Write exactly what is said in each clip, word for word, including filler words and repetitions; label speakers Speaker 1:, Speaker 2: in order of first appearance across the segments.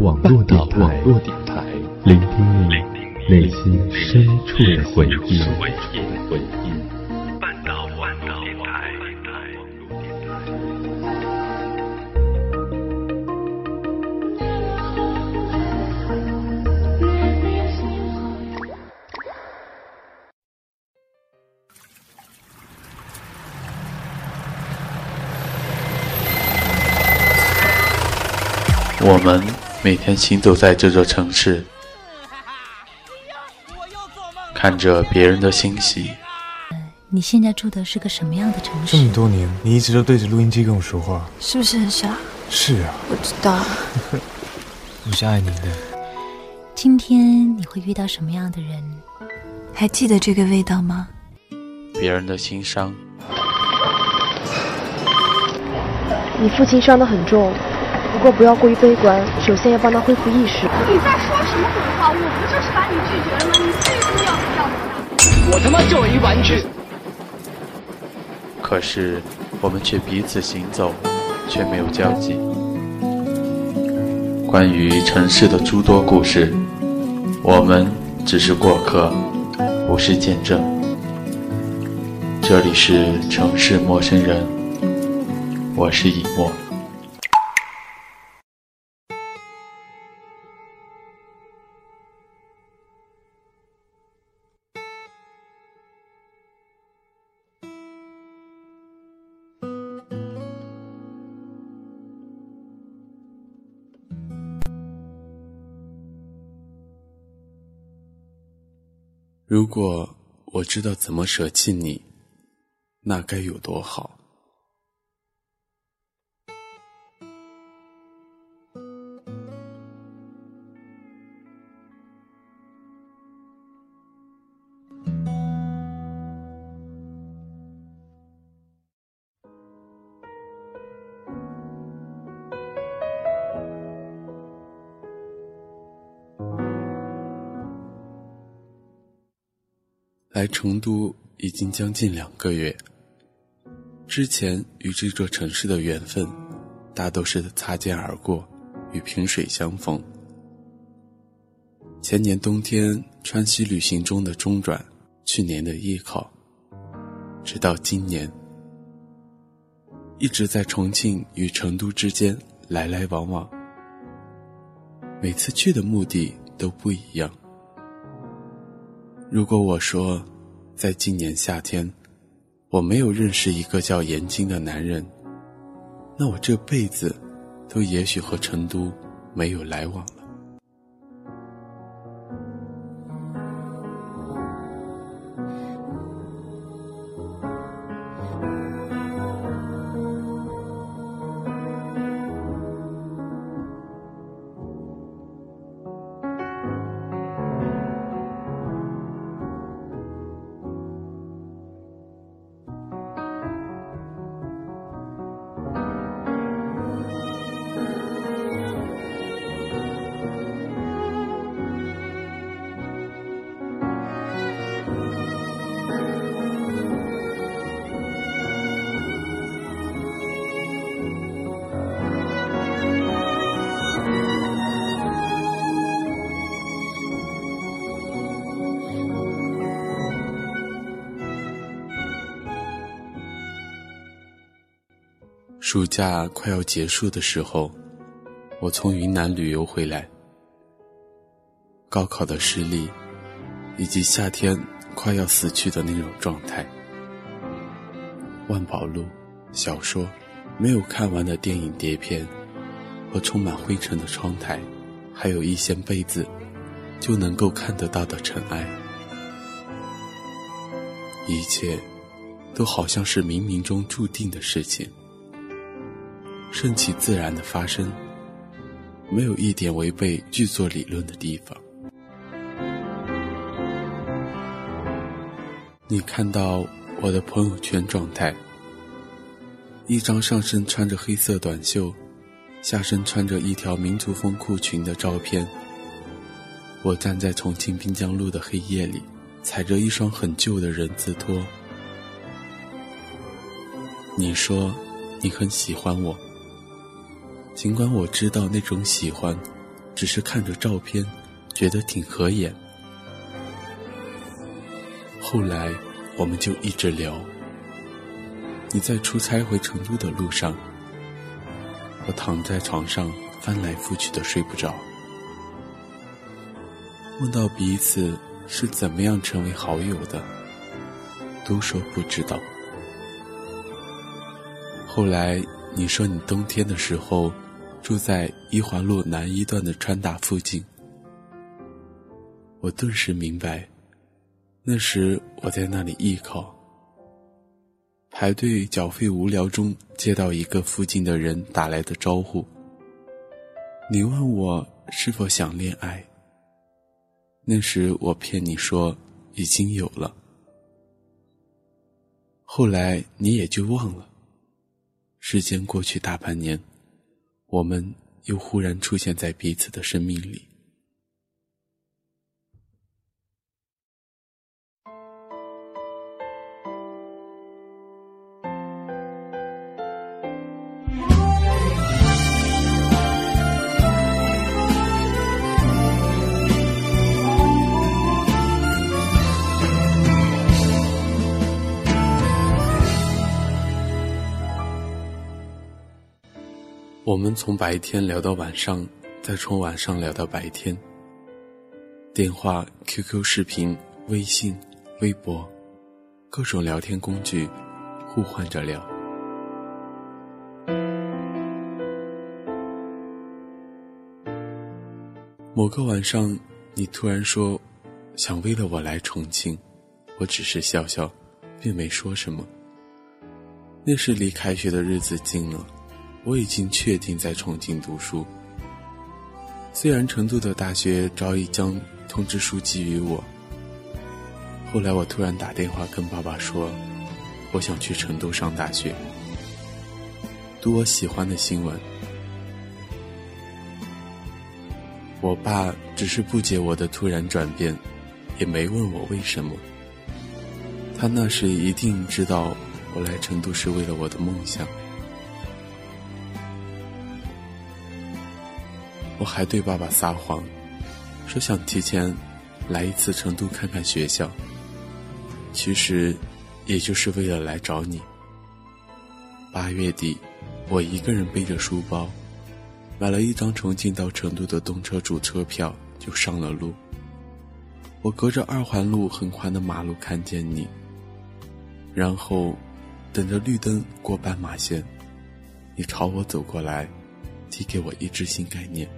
Speaker 1: 网络电台，网络电台，聆听你内心深处的回忆。回忆。半岛网络电台。
Speaker 2: 我们每天行走在这座城市，看着别人的欣喜。
Speaker 3: 你现在住的是个什么样的城市？
Speaker 4: 这么多年，你一直都对着录音机跟我说话，
Speaker 3: 是不是很傻？
Speaker 4: 是啊，
Speaker 3: 我知道。
Speaker 4: 我是爱你的。
Speaker 3: 今天你会遇到什么样的人？还记得这个味道吗？
Speaker 2: 别人的心伤。
Speaker 5: 你父亲伤得很重，不过不要过于悲观，首先要帮他恢复意识。
Speaker 6: 你在说什么鬼话？我不就是把你拒绝了吗？你最终要不要我？
Speaker 7: 我他妈就一玩具。
Speaker 2: 可是我们却彼此行走，却没有交集。关于城市的诸多故事，我们只是过客，不是见证。这里是城市陌生人，我是以沫。如果我知道怎么舍弃你，那该有多好。来成都已经将近两个月，之前与这座城市的缘分大都是擦肩而过，与萍水相逢。前年冬天川西旅行中的中转，去年的艺考，直到今年，一直在重庆与成都之间来来往往，每次去的目的都不一样。如果我说在今年夏天我没有认识一个叫严晶的男人，那我这辈子都也许和成都没有来往了。暑假快要结束的时候，我从云南旅游回来，高考的失利，以及夏天快要死去的那种状态。万宝路、小说、没有看完的电影碟片和充满灰尘的窗台，还有一掀被子就能够看得到的尘埃，一切都好像是冥冥中注定的事情，顺其自然的发生，没有一点违背剧作理论的地方。你看到我的朋友圈状态，一张上身穿着黑色短袖，下身穿着一条民族风裤裙的照片。我站在重庆滨江路的黑夜里，踩着一双很旧的人字拖。你说你很喜欢我，尽管我知道那种喜欢只只是看着照片觉得挺合眼。后来我们就一直聊，你在出差回成都的路上，我躺在床上翻来覆去的睡不着，问到彼此是怎么样成为好友的，都说不知道。后来你说你冬天的时候住在一环路南一段的川大附近，我顿时明白，那时我在那里艺考，排队缴费无聊中接到一个附近的人打来的招呼，你问我是否想恋爱，那时我骗你说已经有了，后来你也就忘了。时间过去大半年，我们又忽然出现在彼此的生命里。我们从白天聊到晚上，再从晚上聊到白天，电话、Q Q 视频、微信、微博，各种聊天工具互换着聊。某个晚上，你突然说想为了我来重庆，我只是笑笑，并没说什么。那时离开学的日子近了，我已经确定在重庆读书。虽然成都的大学早已将通知书寄予我，后来我突然打电话跟爸爸说，我想去成都上大学，读我喜欢的新闻。我爸只是不解我的突然转变，也没问我为什么。他那时一定知道我来成都是为了我的梦想。我还对爸爸撒谎，说想提前来一次成都看看学校，其实也就是为了来找你。八月底，我一个人背着书包，买了一张重庆到成都的动车主车票，就上了路。我隔着二环路很宽的马路看见你，然后等着绿灯过斑马线，你朝我走过来，递给我一支新概念。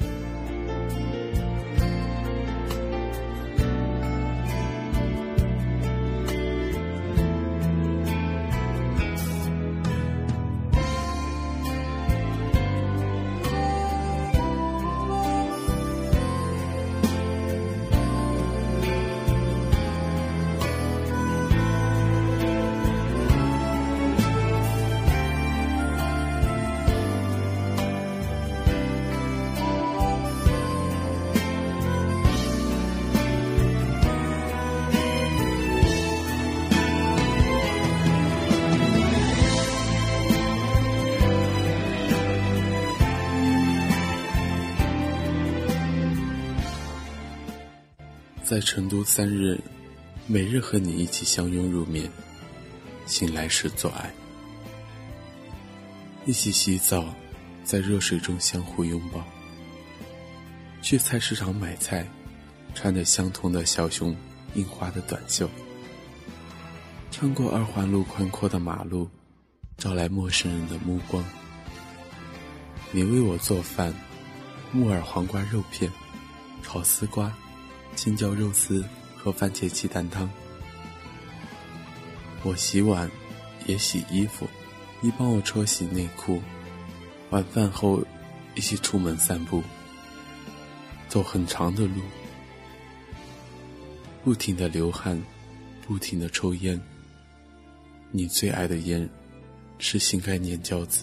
Speaker 2: 在成都三日，每日和你一起相拥入眠，醒来时做爱，一起洗澡，在热水中相互拥抱，去菜市场买菜，穿着相同的小熊印花的短袖，穿过二环路宽阔的马路，招来陌生人的目光。你为我做饭，木耳黄瓜肉片，炒丝瓜，青椒肉丝和番茄鸡蛋汤。我洗碗也洗衣服，你帮我搓洗内裤，晚饭后一起出门散步，走很长的路，不停地流汗，不停地抽烟。你最爱的烟是新概念胶子。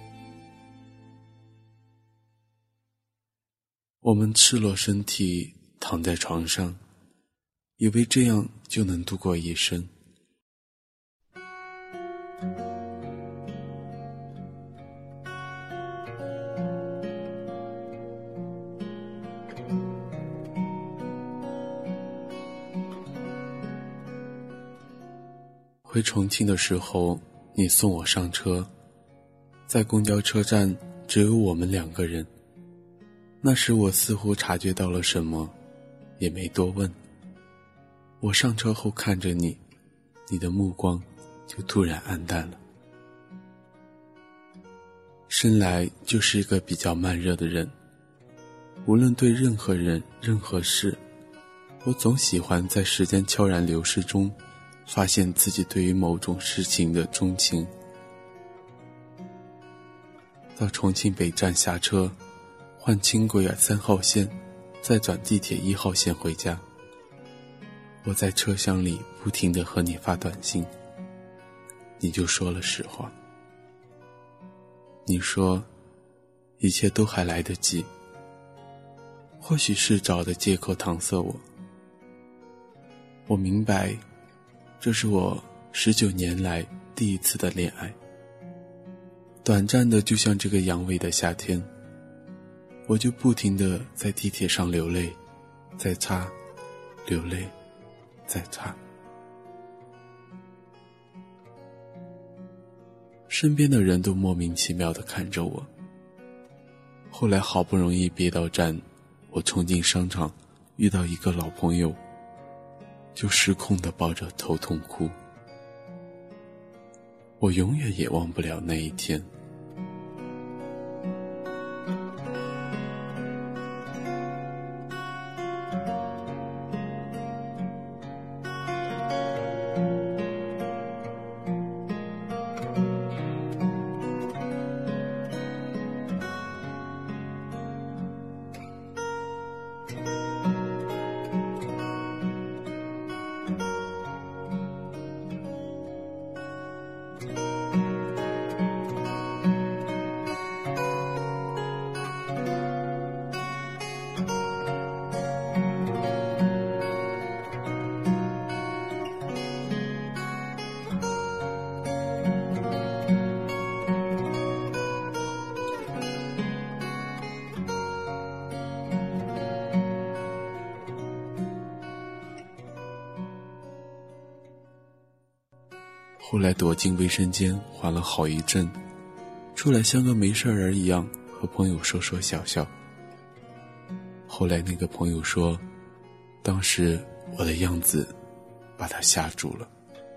Speaker 2: 我们赤裸身体躺在床上，以为这样就能度过一生。回重庆的时候，你送我上车，在公交车站只有我们两个人。那时我似乎察觉到了什么，也没多问。我上车后看着你，你的目光就突然暗淡了。生来就是一个比较慢热的人，无论对任何人任何事，我总喜欢在时间悄然流逝中发现自己对于某种事情的钟情。到重庆北站下车，换轻轨三号线，再转地铁一号线回家。我在车厢里不停地和你发短信，你就说了实话。你说一切都还来得及，或许是找的借口搪塞我。我明白，这是我十九年来第一次的恋爱，短暂的就像这个阳痿的夏天，我就不停地在地铁上流泪，再擦，流泪，再擦。身边的人都莫名其妙地看着我。后来好不容易憋到站，我冲进商场，遇到一个老朋友，就失控地抱着头痛哭。我永远也忘不了那一天。后来躲进卫生间缓了好一阵，出来像个没事人一样和朋友说说笑笑。后来那个朋友说，当时我的样子把他吓住了。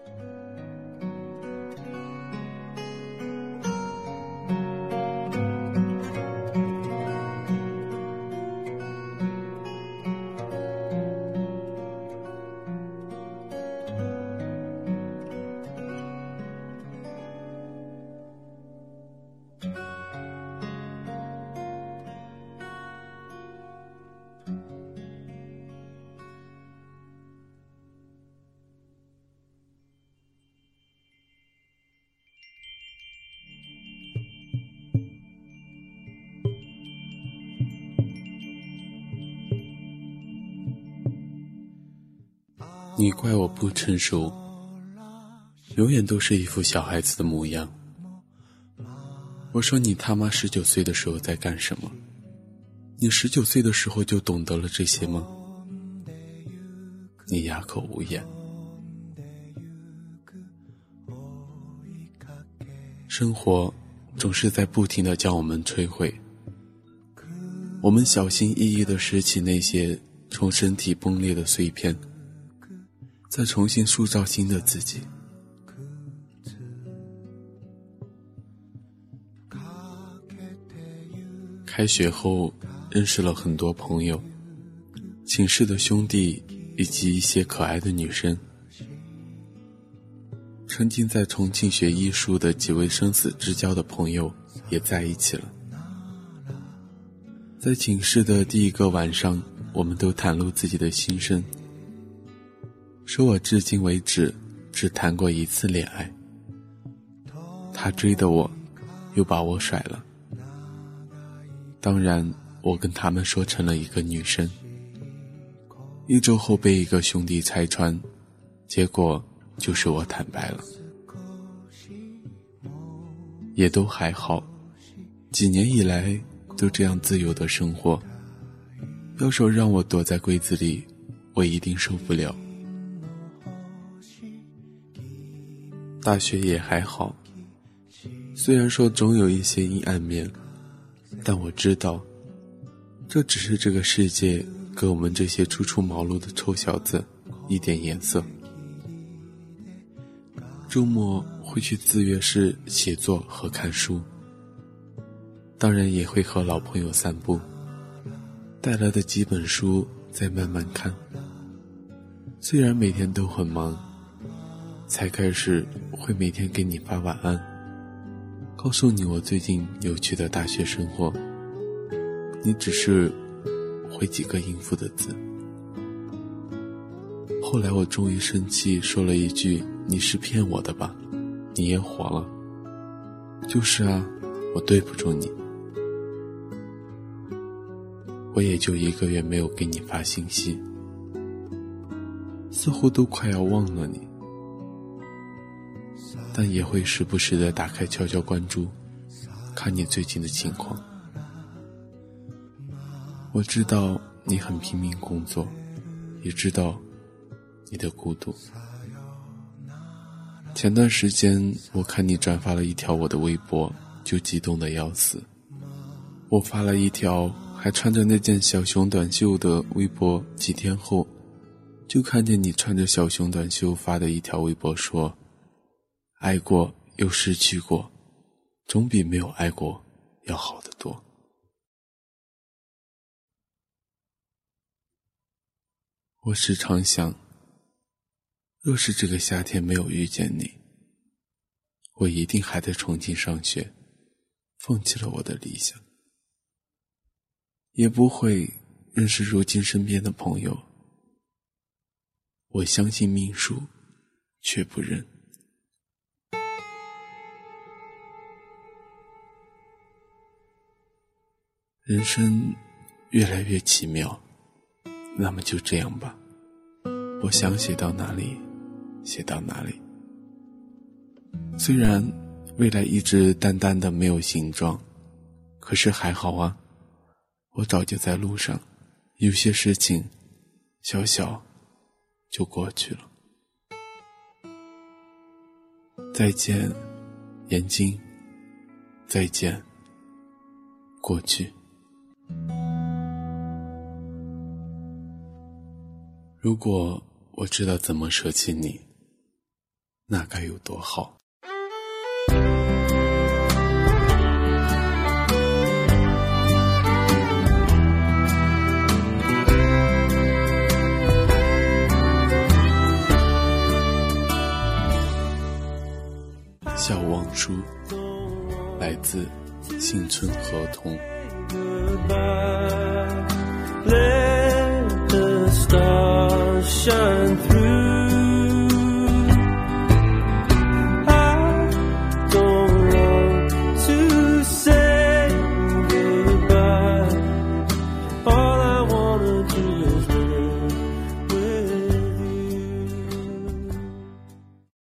Speaker 2: 你怪我不成熟，永远都是一副小孩子的模样。我说你他妈十九岁的时候在干什么？你十九岁的时候就懂得了这些吗？你哑口无言。生活总是在不停地将我们摧毁，我们小心翼翼地拾起那些从身体崩裂的碎片，再重新塑造新的自己。开学后认识了很多朋友，寝室的兄弟以及一些可爱的女生。曾经在重庆学艺术的几位生死之交的朋友也在一起了。在寝室的第一个晚上，我们都袒露自己的心声，说我至今为止只谈过一次恋爱，他追的我，又把我甩了。当然我跟他们说成了一个女生， 一周后被一个兄弟拆穿，结果就是我坦白了。也都还好，几年以来都这样自由的生活，要说让我躲在柜子里，我一定受不了。大学也还好，虽然说总有一些阴暗面，但我知道这只是这个世界给我们这些初出茅庐的臭小子一点颜色。周末会去自乐室写作和看书，当然也会和老朋友散步，带来的几本书再慢慢看。虽然每天都很忙，才开始会每天给你发晚安，告诉你我最近有趣的大学生活，你只是回几个应付的字。后来我终于生气，说了一句：你是骗我的吧，你也火了。就是啊，我对不住你，我也就一个月没有给你发信息，似乎都快要忘了你，但也会时不时地打开悄悄关注，看你最近的情况。我知道你很拼命工作，也知道你的孤独。前段时间我看你转发了一条我的微博，就激动得要死。我发了一条还穿着那件小熊短袖的微博，几天后就看见你穿着小熊短袖发的一条微博，说爱过又失去过，总比没有爱过要好得多。我时常想，若是这个夏天没有遇见你，我一定还在重庆上学，放弃了我的理想，也不会认识如今身边的朋友。我相信命数，却不认。人生越来越奇妙，那么就这样吧，我想写到哪里写到哪里。虽然未来一直淡淡的没有形状，可是还好啊，我早就在路上，有些事情小小就过去了。再见眼睛，再见过去。如果我知道怎么舍弃你，那该有多好。笑忘书，来自幸村合同。
Speaker 7: Let the stars shine through